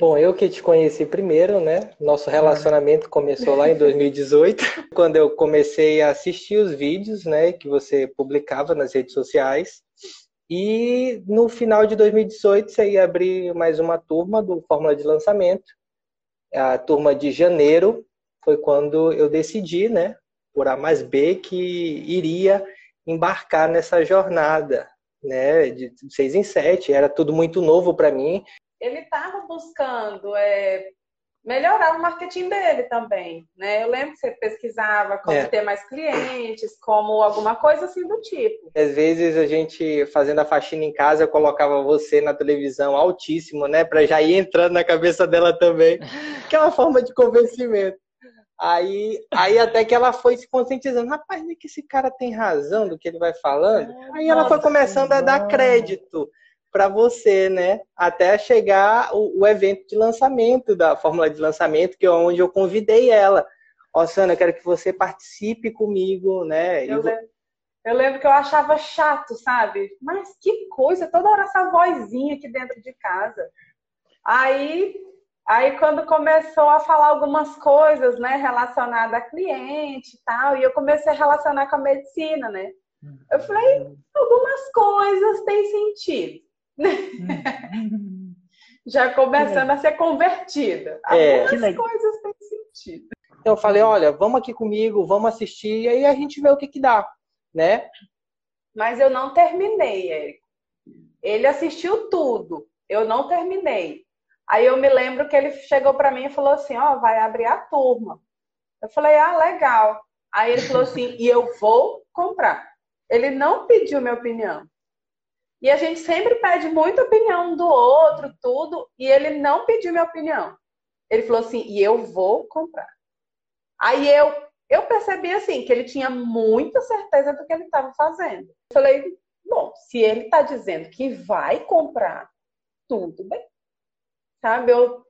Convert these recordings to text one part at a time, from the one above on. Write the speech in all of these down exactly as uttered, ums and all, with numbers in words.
Bom, eu que te conheci primeiro, né? Nosso Ah, relacionamento começou lá em dois mil e dezoito, quando eu comecei a assistir os vídeos, né, que você publicava nas redes sociais. E no final de dois mil e dezoito você ia abrir mais uma turma do Fórmula de Lançamento. A turma de janeiro foi quando eu decidi, né, por A mais B, que iria embarcar nessa jornada, né, de seis em sete. Era tudo muito novo para mim. Ele estava buscando é, melhorar o marketing dele também, né? Eu lembro que você pesquisava como É. ter mais clientes, como alguma coisa assim do tipo. Às vezes a gente fazendo a faxina em casa, eu colocava você na televisão altíssimo, né, para já ir entrando na cabeça dela também, que é uma forma de convencimento. Aí, aí até que ela foi se conscientizando, rapaz, é que esse cara tem razão do que ele vai falando. Aí ela foi Nossa, começando a dar vamos. crédito para você, né? Até chegar o, o evento de lançamento da fórmula de lançamento, que é onde eu convidei ela. Ó, Sana, eu quero que você participe comigo, né? E eu lembro. Eu lembro que eu achava chato, sabe? Mas que coisa, toda hora essa vozinha aqui dentro de casa. Aí, aí quando começou a falar algumas coisas, né, relacionadas a cliente e tal, e eu comecei a relacionar com a medicina, né? Eu falei, algumas coisas têm sentido. Já Que começando a legal. ser convertida. é, Que Algumas legal. coisas têm sentido. Então eu falei, olha, vamos aqui comigo, vamos assistir, e aí a gente vê o que que dá, né? Mas eu não terminei, Érico. Ele assistiu tudo. Eu não terminei. Aí eu me lembro que ele chegou para mim e falou assim, ó, oh, vai abrir a turma. Eu falei, ah, legal. Aí ele falou assim, e eu vou comprar. Ele não pediu minha opinião. E a gente sempre pede muita opinião do outro, tudo, e ele não pediu minha opinião. Ele falou assim, e eu vou comprar. Aí eu, eu percebi assim, que ele tinha muita certeza do que ele estava fazendo. Eu falei, bom, se ele está dizendo que vai comprar, tudo bem. Sabe? Eu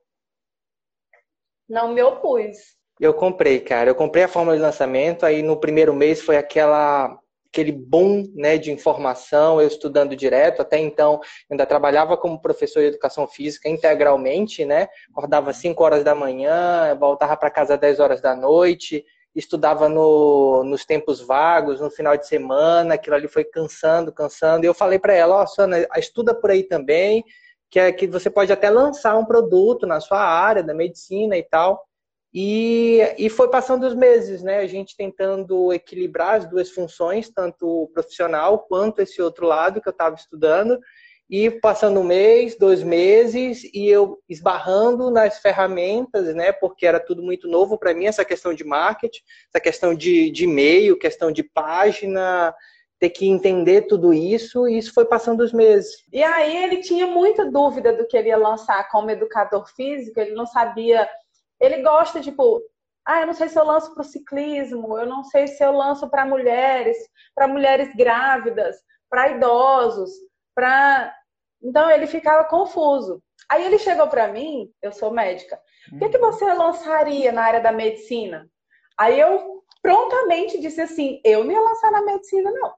não me opus. Eu comprei, cara. Eu comprei a fórmula de lançamento, aí no primeiro mês foi aquela aquele boom, né, de informação, eu estudando direto. Até então, eu ainda trabalhava como professor de educação física integralmente, né? Acordava às cinco horas da manhã, voltava para casa às dez horas da noite, estudava no, nos tempos vagos, no final de semana, aquilo ali foi cansando, cansando. E eu falei para ela, ó, oh, Sana, estuda por aí também, que é que você pode até lançar um produto na sua área da medicina e tal. E, e foi passando os meses, né? A gente tentando equilibrar as duas funções, tanto o profissional quanto esse outro lado que eu estava estudando. E passando um mês, dois meses, e eu esbarrando nas ferramentas, né? Porque era tudo muito novo para mim, essa questão de marketing, essa questão de, de e-mail, questão de página, ter que entender tudo isso, e isso foi passando os meses. E aí ele tinha muita dúvida do que ele ia lançar como educador físico, ele não sabia. Ele gosta, tipo, ah, eu não sei se eu lanço para o ciclismo, eu não sei se eu lanço para mulheres, para mulheres grávidas, para idosos, para. Então ele ficava confuso. Aí ele chegou para mim, eu sou médica, o que, que você lançaria na área da medicina? Aí eu prontamente disse assim, eu não ia lançar na medicina, não.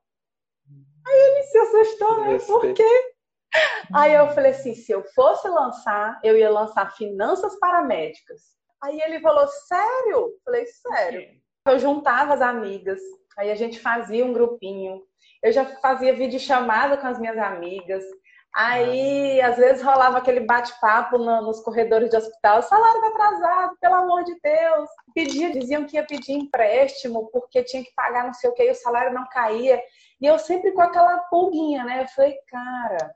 Aí ele se assustou, né? Por quê? Aí eu falei assim, se eu fosse lançar, eu ia lançar finanças paramédicas. Aí ele falou, sério? Eu falei, sério. Eu juntava as amigas, aí a gente fazia um grupinho. Eu já fazia videochamada com as minhas amigas. Aí, às vezes, rolava aquele bate-papo no, nos corredores de hospital. Salário tá atrasado, pelo amor de Deus. Pedia, diziam que ia pedir empréstimo, porque tinha que pagar não sei o que, e o salário não caía. E eu sempre com aquela pulguinha, né? Eu falei, cara,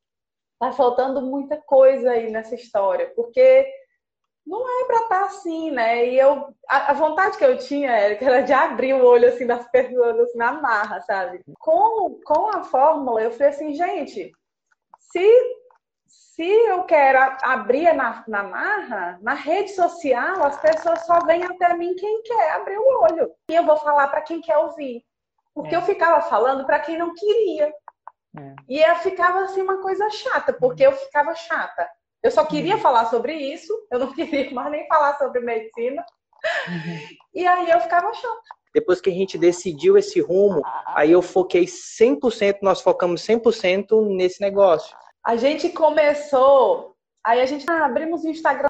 tá faltando muita coisa aí nessa história, porque não é pra estar assim, né? E eu, a, a vontade que eu tinha era de abrir o olho assim das pessoas assim, na marra, sabe? Com, com a fórmula, eu falei assim, gente, se, se eu quero abrir na, na marra, na rede social, as pessoas só vêm até mim quem quer abrir o olho. E eu vou falar para quem quer ouvir. Porque é. eu ficava falando para quem não queria. É. E eu ficava assim uma coisa chata, porque eu ficava chata. Eu só queria uhum. falar sobre isso, eu não queria mais nem falar sobre medicina. Uhum. E aí eu ficava chata. Depois que a gente decidiu esse rumo, aí eu foquei cem por cento, nós focamos cem por cento nesse negócio. A gente começou Aí a gente ah, abrimos o Instagram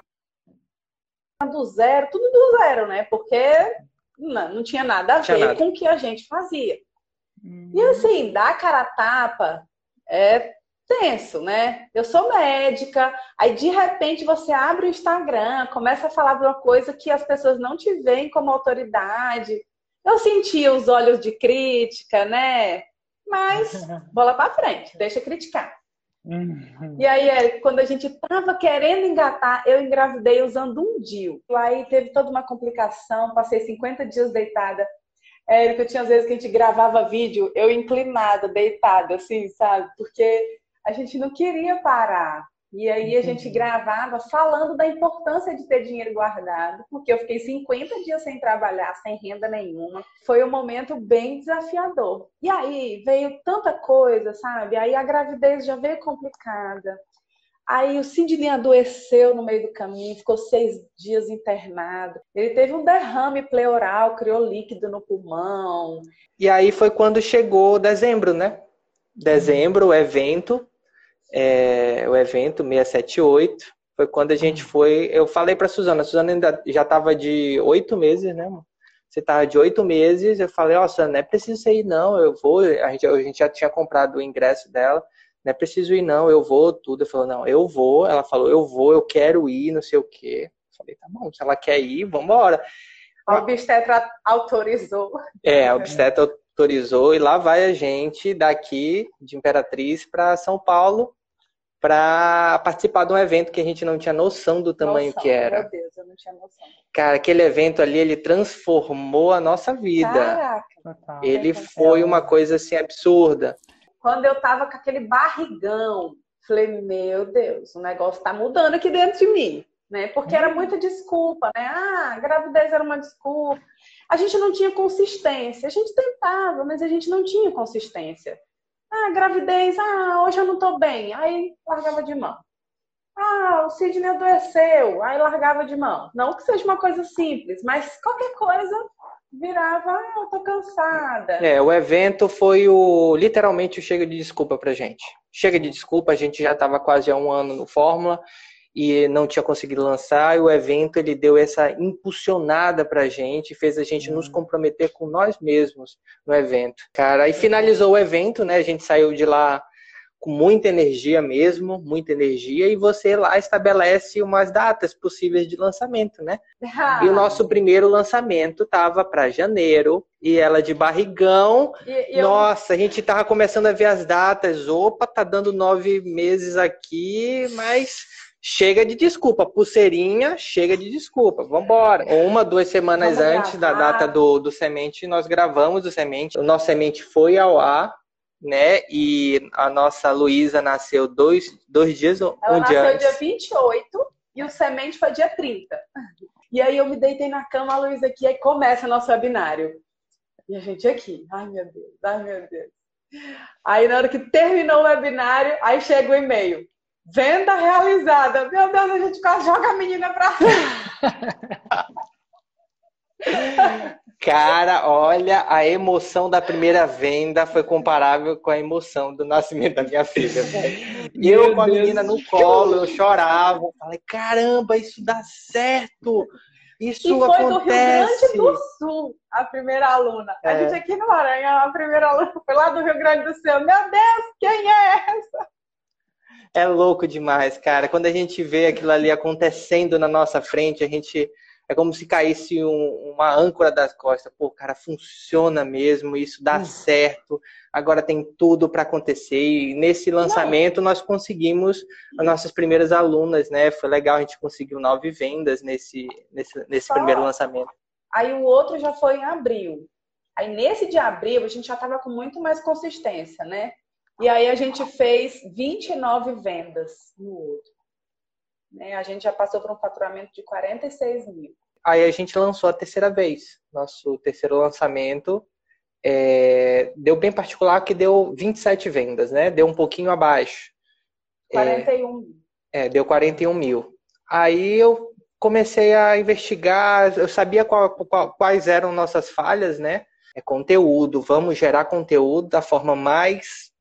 do zero, tudo do zero, né? Porque não, não tinha nada a Tinha ver nada. com o que a gente fazia. Hum. E assim, dar cara a tapa é tenso, né? Eu sou médica, aí de repente você abre o Instagram, começa a falar de uma coisa que as pessoas não te veem como autoridade. Eu sentia os olhos de crítica, né? Mas bola pra frente, deixa criticar. Uhum. E aí, quando a gente tava querendo engatar, eu engravidei usando um D I U. Aí teve toda uma complicação, passei cinquenta dias deitada. É, que eu tinha às vezes que a gente gravava vídeo, eu inclinada, deitada, assim, sabe? Porque a gente não queria parar. E aí a gente gravava falando da importância de ter dinheiro guardado, porque eu fiquei cinquenta dias sem trabalhar, sem renda nenhuma. Foi um momento bem desafiador. E aí veio tanta coisa, sabe? Aí a gravidez já veio complicada. Aí o Sidney adoeceu no meio do caminho, ficou seis dias internado. Ele teve um derrame pleural, criou líquido no pulmão. E aí foi quando chegou dezembro, né? Dezembro, o evento. É, o evento seiscentos e setenta e oito foi quando a gente foi. Eu falei para a Suzana, a Suzana ainda já estava de oito meses, né? Você estava de oito meses. Eu falei, ó, oh, Suzana, não é preciso você ir, não. Eu vou. A gente, a gente já tinha comprado o ingresso dela, não é preciso ir, não. Eu vou, tudo. Eu falei, não, eu vou. Ela falou, eu vou, eu quero ir, não sei o quê. Eu falei, tá bom, se ela quer ir, vamos embora. A obstetra autorizou. É, a obstetra autorizou e lá vai a gente daqui de Imperatriz para São Paulo, para participar de um evento que a gente não tinha noção do tamanho noção, que era. Meu Deus, eu não tinha noção. Cara, aquele evento ali, ele transformou a nossa vida. Caraca. Ele foi uma coisa assim absurda. Quando eu tava com aquele barrigão, falei, meu Deus, o negócio tá mudando aqui dentro de mim, né? Porque era muita desculpa, né? Ah, a gravidez era uma desculpa. A gente não tinha consistência. A gente tentava, mas a gente não tinha consistência. Ah, gravidez, ah, hoje eu não tô bem. Aí largava de mão. Ah, o Sidney adoeceu. Aí largava de mão. Não que seja uma coisa simples, mas qualquer coisa virava, ah, eu tô cansada. É, o evento foi o literalmente o chega de desculpa pra gente. Chega de desculpa, a gente já estava quase há um ano no Fórmula e não tinha conseguido lançar, e o evento ele deu essa impulsionada pra gente, fez a gente hum. nos comprometer com nós mesmos no evento. Cara, aí finalizou o evento, né? A gente saiu de lá com muita energia mesmo, muita energia, e você lá estabelece umas datas possíveis de lançamento, né? Ah. E o nosso primeiro lançamento tava para janeiro, e ela de barrigão, e, e nossa, eu... a gente tava começando a ver as datas, opa, tá dando nove meses aqui, mas chega de desculpa, pulseirinha, chega de desculpa, vambora. Uma, duas semanas Vamos antes gravar. da data do, do semente, nós gravamos o semente, o nosso semente foi ao ar, né? E a nossa Luísa nasceu dois, dois dias ou Ela um dia nasceu antes. dia vinte e oito e o semente foi dia trinta. E aí eu me deitei na cama, a Luísa aqui, aí começa nosso webinário. E a gente aqui, ai meu Deus, ai meu Deus. Aí na hora que terminou o webinário, aí chega o e-mail. Venda realizada. Meu Deus, a gente quase joga a menina pra Cara, olha, a emoção da primeira venda foi comparável com a emoção do nascimento da minha filha. E eu com a menina no colo, eu chorava. Falei, caramba, isso dá certo. Isso e foi acontece. do Rio Grande do Sul, a primeira aluna. É. A gente aqui no Maranhão, a primeira aluna foi lá do Rio Grande do Sul. Meu Deus, quem é essa? É louco demais, cara. Quando a gente vê aquilo ali acontecendo na nossa frente, a gente... É como se caísse um, uma âncora das costas. Pô, cara, funciona mesmo, isso dá hum. certo. Agora tem tudo para acontecer. E nesse lançamento Não. nós conseguimos as nossas primeiras alunas, né? Foi legal, a gente conseguiu nove vendas nesse, nesse, nesse primeiro lançamento. Aí o outro já foi em abril. Aí nesse de abril a gente já estava com muito mais consistência, né? E aí a gente fez vinte e nove vendas no outro. Né? A gente já passou por um faturamento de quarenta e seis mil. Aí a gente lançou a terceira vez. Nosso terceiro lançamento é, deu bem particular que deu vinte e sete vendas, né? Deu um pouquinho abaixo. quarenta e um mil. É, deu quarenta e um mil. Aí eu comecei a investigar, eu sabia qual, qual, quais eram nossas falhas, né? É conteúdo, vamos gerar conteúdo da forma mais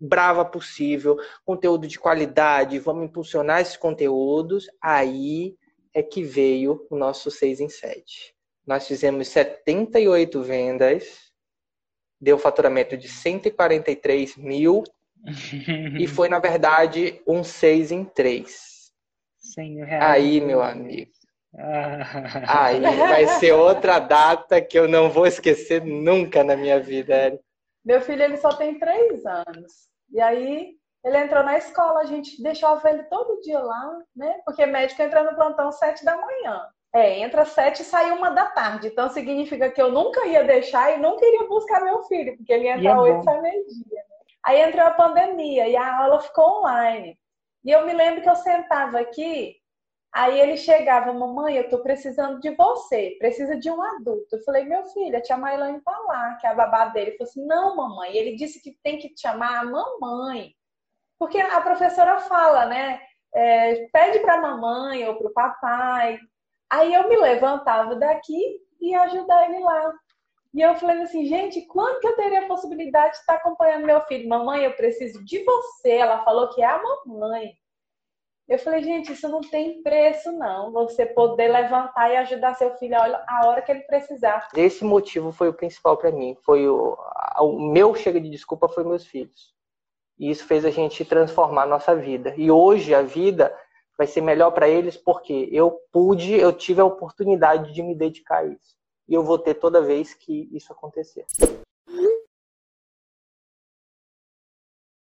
brava possível, conteúdo de qualidade, vamos impulsionar esses conteúdos. Aí é que veio o nosso seis em sete. Nós fizemos setenta e oito vendas, deu faturamento de cento e quarenta e três mil e foi, na verdade, um seis em três. cem mil reais. Aí, meu amigo, aí vai ser outra data que eu não vou esquecer nunca na minha vida, Érica. Meu filho, ele só tem três anos. E aí, ele entrou na escola, a gente deixava ele todo dia lá, né? Porque médico entra no plantão sete da manhã. É, entra sete e sai uma da tarde. Então, significa que eu nunca ia deixar e nunca iria buscar meu filho, porque ele entra às oito e sai meio-dia. Aí entrou a pandemia e a aula ficou online. E eu me lembro que eu sentava aqui, aí ele chegava, mamãe, eu tô precisando de você, precisa de um adulto. Eu falei, meu filho, a tia Mailane tá lá, que é a babá dele. Ele falou assim, não, mamãe, ele disse que tem que te chamar a mamãe. Porque a professora fala, né, é, pede pra mamãe ou pro papai. Aí eu me levantava daqui e ia ajudar ele lá. E eu falei assim, gente, quando que eu teria a possibilidade de estar acompanhando meu filho? Mamãe, eu preciso de você. Ela falou que é a mamãe. Eu falei, gente, isso não tem preço, não. Você poder levantar e ajudar seu filho a hora que ele precisar. Esse motivo foi o principal para mim. Foi o, o meu chega de desculpa foi meus filhos. E isso fez a gente transformar a nossa vida. E hoje a vida vai ser melhor para eles porque eu pude, eu tive a oportunidade de me dedicar a isso. E eu vou ter toda vez que isso acontecer.